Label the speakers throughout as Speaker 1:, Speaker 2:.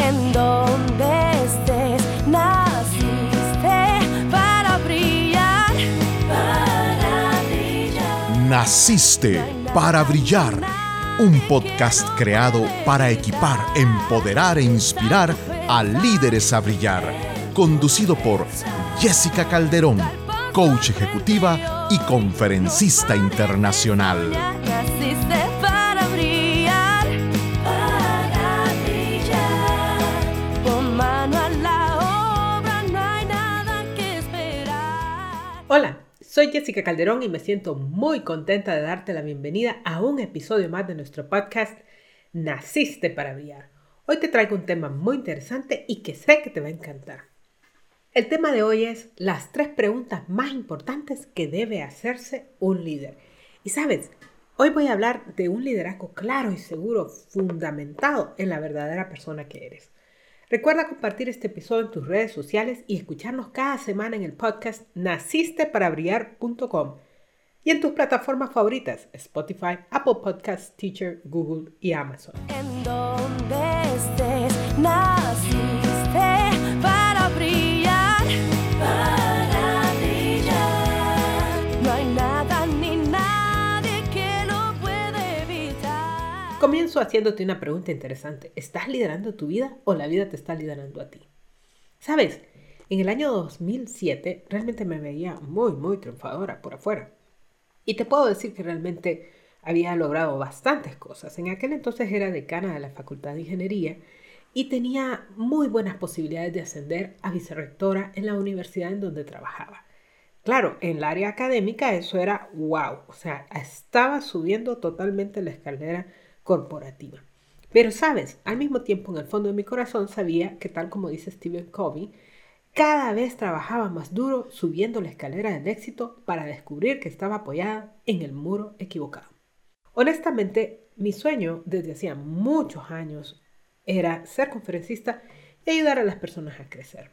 Speaker 1: En donde estés, naciste para brillar, para brillar.
Speaker 2: Naciste para brillar. Un podcast creado para equipar, empoderar e inspirar a líderes a brillar. Conducido por Jessica Calderón, coach ejecutiva y conferencista internacional.
Speaker 1: Naciste para brillar, pon mano a la obra, no hay nada que esperar.
Speaker 3: Hola, soy Jessica Calderón y me siento muy contenta de darte la bienvenida a un episodio más de nuestro podcast Naciste para brillar. Hoy te traigo un tema muy interesante y que sé que te va a encantar. El tema de hoy es las 3 preguntas más importantes que debe hacerse un líder. Y sabes, hoy voy a hablar de un liderazgo claro y seguro, fundamentado en la verdadera persona que eres. Recuerda compartir este episodio en tus redes sociales y escucharnos cada semana en el podcast nacisteparaBrillar.com y en tus plataformas favoritas, Spotify, Apple Podcasts, Teacher, Google y Amazon.
Speaker 1: En donde estés, naciste para brillar, para brillar. No hay nada ni nadie que lo pueda evitar.
Speaker 3: Comienzo haciéndote una pregunta interesante. ¿Estás liderando tu vida o la vida te está liderando a ti? ¿Sabes? En el año 2007 realmente me veía muy triunfadora por afuera. Y te puedo decir que realmente había logrado bastantes cosas. En aquel entonces era decana de la Facultad de Ingeniería y tenía muy buenas posibilidades de ascender a vicerrectora en la universidad en donde trabajaba. Claro, en el área académica eso era wow. O sea, estaba subiendo totalmente la escalera corporativa. Pero sabes, al mismo tiempo en el fondo de mi corazón sabía que, tal como dice Stephen Covey, cada vez trabajaba más duro subiendo la escalera del éxito para descubrir que estaba apoyada en el muro equivocado. Honestamente, mi sueño desde hacía muchos años era ser conferencista y ayudar a las personas a crecer.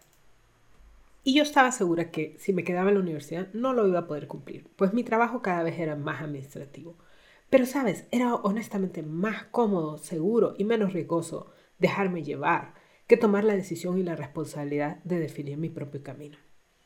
Speaker 3: Y yo estaba segura que si me quedaba en la universidad no lo iba a poder cumplir, pues mi trabajo cada vez era más administrativo. Pero sabes, era honestamente más cómodo, seguro y menos riesgoso dejarme llevar que tomar la decisión y la responsabilidad de definir mi propio camino.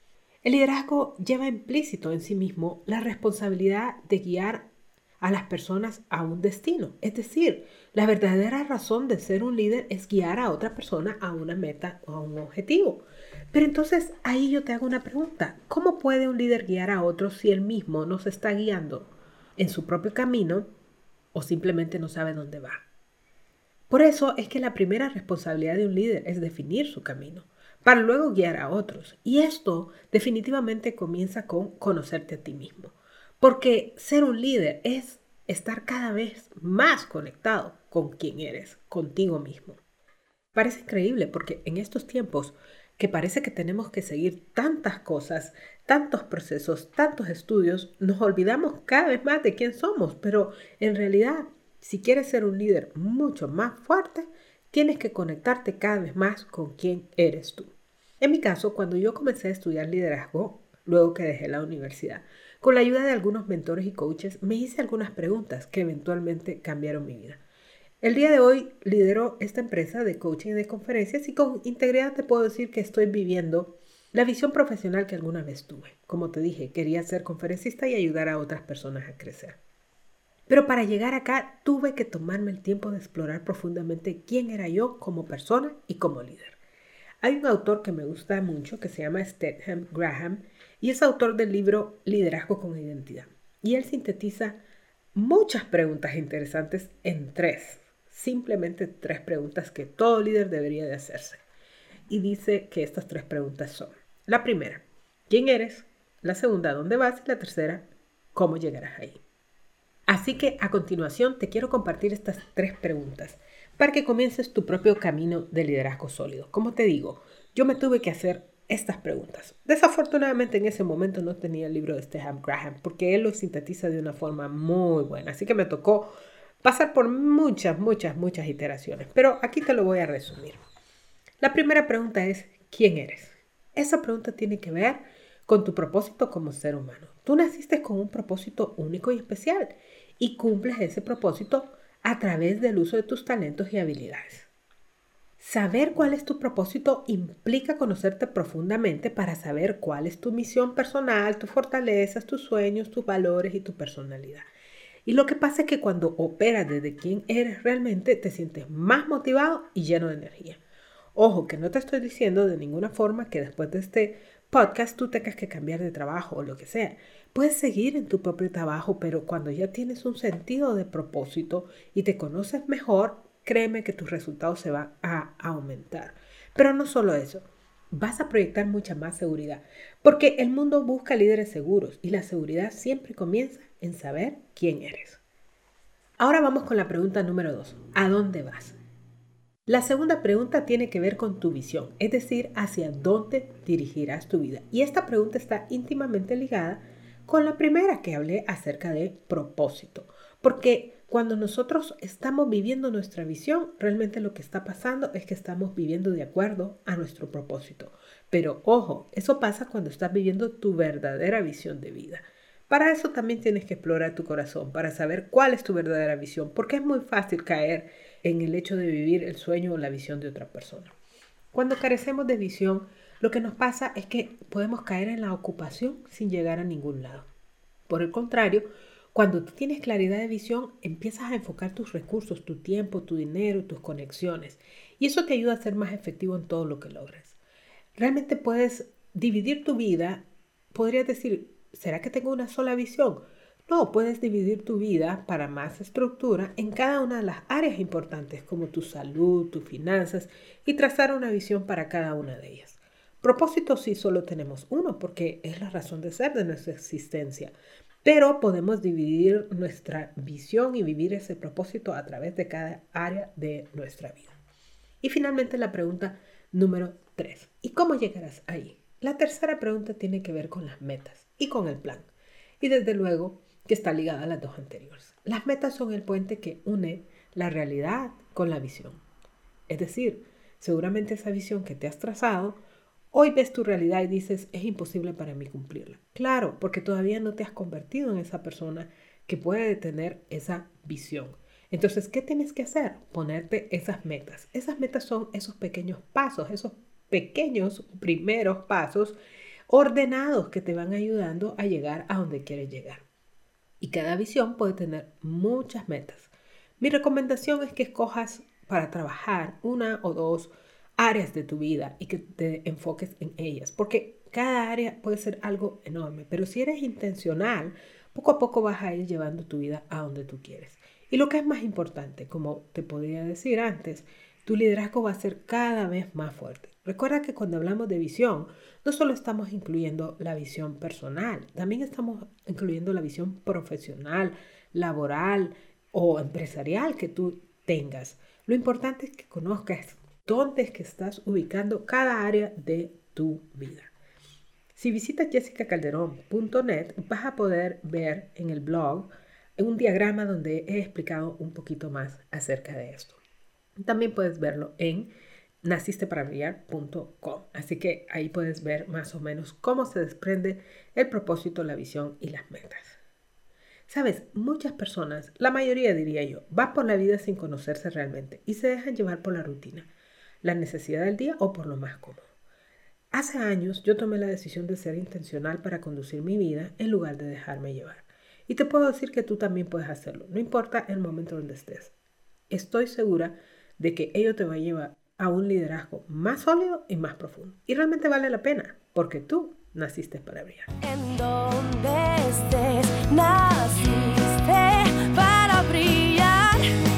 Speaker 3: El liderazgo lleva implícito en sí mismo la responsabilidad de guiar a las personas a un destino. Es decir, la verdadera razón de ser un líder es guiar a otra persona a una meta o a un objetivo. Pero entonces ahí yo te hago una pregunta. ¿Cómo puede un líder guiar a otros si él mismo no se está guiando en su propio camino o simplemente no sabe dónde va? Por eso es que la primera responsabilidad de un líder es definir su camino, para luego guiar a otros. Y esto definitivamente comienza con conocerte a ti mismo. Porque ser un líder es estar cada vez más conectado con quién eres, contigo mismo. Parece increíble porque en estos tiempos que parece que tenemos que seguir tantas cosas, tantos procesos, tantos estudios, nos olvidamos cada vez más de quién somos, pero en realidad, si quieres ser un líder mucho más fuerte, tienes que conectarte cada vez más con quién eres tú. En mi caso, cuando yo comencé a estudiar liderazgo, luego que dejé la universidad, con la ayuda de algunos mentores y coaches, me hice algunas preguntas que eventualmente cambiaron mi vida. El día de hoy lidero esta empresa de coaching y de conferencias y con integridad te puedo decir que estoy viviendo la visión profesional que alguna vez tuve. Como te dije, quería ser conferencista y ayudar a otras personas a crecer. Pero para llegar acá tuve que tomarme el tiempo de explorar profundamente quién era yo como persona y como líder. Hay un autor que me gusta mucho que se llama Stephen Graham y es autor del libro Liderazgo con Identidad. Y él sintetiza muchas preguntas interesantes en 3, simplemente 3 preguntas que todo líder debería de hacerse. Y dice que estas 3 preguntas son: la primera, ¿quién eres? La segunda, ¿dónde vas? Y la tercera, ¿cómo llegarás ahí? Así que a continuación te quiero compartir estas 3 preguntas para que comiences tu propio camino de liderazgo sólido. Como te digo, yo me tuve que hacer estas preguntas. Desafortunadamente en ese momento no tenía el libro de Stephen Graham porque él lo sintetiza de una forma muy buena. Así que me tocó pasar por muchas iteraciones. Pero aquí te lo voy a resumir. La primera pregunta es: ¿quién eres? Esa pregunta tiene que ver con tu propósito como ser humano. Tú naciste con un propósito único y especial y cumples ese propósito a través del uso de tus talentos y habilidades. Saber cuál es tu propósito implica conocerte profundamente para saber cuál es tu misión personal, tus fortalezas, tus sueños, tus valores y tu personalidad. Y lo que pasa es que cuando operas desde quién eres realmente, te sientes más motivado y lleno de energía. Ojo, que no te estoy diciendo de ninguna forma que después de este podcast tú tengas que cambiar de trabajo o lo que sea. Puedes seguir en tu propio trabajo, pero cuando ya tienes un sentido de propósito y te conoces mejor, créeme que tus resultados se van a aumentar. Pero no solo eso, vas a proyectar mucha más seguridad, porque el mundo busca líderes seguros y la seguridad siempre comienza en saber quién eres. Ahora vamos con la pregunta número 2. ¿A dónde vas? La segunda pregunta tiene que ver con tu visión, es decir, hacia dónde dirigirás tu vida. Y esta pregunta está íntimamente ligada con la primera que hablé acerca de propósito, porque cuando nosotros estamos viviendo nuestra visión, realmente lo que está pasando es que estamos viviendo de acuerdo a nuestro propósito. Pero ojo, eso pasa cuando estás viviendo tu verdadera visión de vida. Para eso también tienes que explorar tu corazón, para saber cuál es tu verdadera visión, porque es muy fácil caer en el hecho de vivir el sueño o la visión de otra persona. Cuando carecemos de visión, lo que nos pasa es que podemos caer en la ocupación sin llegar a ningún lado. Por el contrario, cuando tú tienes claridad de visión, empiezas a enfocar tus recursos, tu tiempo, tu dinero, tus conexiones. Y eso te ayuda a ser más efectivo en todo lo que logres. Realmente puedes dividir tu vida. Podrías decir, ¿será que tengo una sola visión? No, puedes dividir tu vida para más estructura en cada una de las áreas importantes, como tu salud, tus finanzas, y trazar una visión para cada una de ellas. Propósito sí solo tenemos uno, porque es la razón de ser de nuestra existencia. Pero podemos dividir nuestra visión y vivir ese propósito a través de cada área de nuestra vida. Y finalmente la pregunta número 3. ¿Y cómo llegarás ahí? La tercera pregunta tiene que ver con las metas y con el plan. Y desde luego que está ligada a las dos anteriores. Las metas son el puente que une la realidad con la visión. Es decir, seguramente esa visión que te has trazado, hoy ves tu realidad y dices, es imposible para mí cumplirla. Claro, porque todavía no te has convertido en esa persona que puede tener esa visión. Entonces, ¿qué tienes que hacer? Ponerte esas metas. Esas metas son esos pequeños pasos, esos pequeños primeros pasos ordenados que te van ayudando a llegar a donde quieres llegar. Y cada visión puede tener muchas metas. Mi recomendación es que escojas para trabajar una o dos áreas de tu vida y que te enfoques en ellas, porque cada área puede ser algo enorme, pero si eres intencional, poco a poco vas a ir llevando tu vida a donde tú quieres. Y lo que es más importante, como te podría decir antes, tu liderazgo va a ser cada vez más fuerte. Recuerda que cuando hablamos de visión, no solo estamos incluyendo la visión personal, también estamos incluyendo la visión profesional, laboral o empresarial que tú tengas. Lo importante es que conozcas dónde es que estás ubicando cada área de tu vida. Si visitas jessicacalderon.net, vas a poder ver en el blog un diagrama donde he explicado un poquito más acerca de esto. También puedes verlo en nacisteparabrillar.com. Así que ahí puedes ver más o menos cómo se desprende el propósito, la visión y las metas. Sabes, muchas personas, la mayoría diría yo, van por la vida sin conocerse realmente y se dejan llevar por la rutina, la necesidad del día o por lo más cómodo. Hace años yo tomé la decisión de ser intencional para conducir mi vida en lugar de dejarme llevar. Y te puedo decir que tú también puedes hacerlo, no importa el momento donde estés. Estoy segura de que ello te va a llevar a un liderazgo más sólido y más profundo. Y realmente vale la pena, porque tú naciste para brillar.
Speaker 1: En donde estés, naciste para brillar,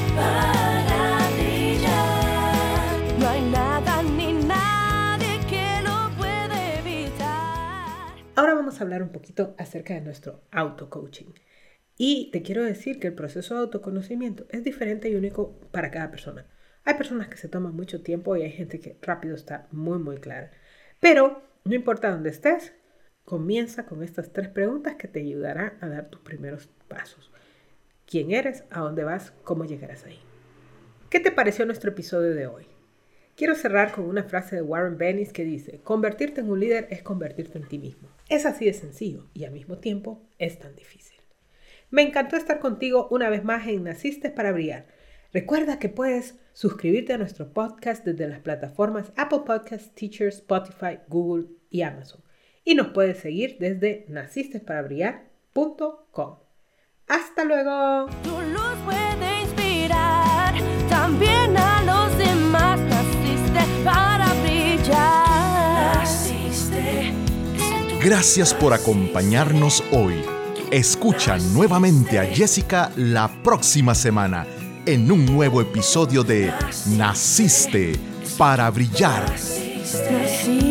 Speaker 1: para brillar. No hay nada ni nadie que lo pueda evitar.
Speaker 3: Ahora vamos a hablar un poquito acerca de nuestro auto-coaching. Y te quiero decir que el proceso de autoconocimiento es diferente y único para cada persona. Hay personas que se toman mucho tiempo y hay gente que rápido está muy clara. Pero no importa dónde estés, comienza con estas 3 preguntas que te ayudarán a dar tus primeros pasos. ¿Quién eres? ¿A dónde vas? ¿Cómo llegarás ahí? ¿Qué te pareció nuestro episodio de hoy? Quiero cerrar con una frase de Warren Bennis que dice: convertirte en un líder es convertirte en ti mismo. Es así de sencillo y al mismo tiempo es tan difícil. Me encantó estar contigo una vez más en Naciste para Brillar. Recuerda que puedes suscribirte a nuestro podcast desde las plataformas Apple Podcasts, Teacher, Spotify, Google y Amazon. Y nos puedes seguir desde nacistesparabrillar.com. ¡Hasta luego!
Speaker 1: Tu luz puede inspirar también a los demás. Naciste para brillar. Naciste.
Speaker 2: Gracias por acompañarnos hoy. Escucha nuevamente a Jessica la próxima semana en un nuevo episodio de Naciste para Brillar.
Speaker 1: Naciste.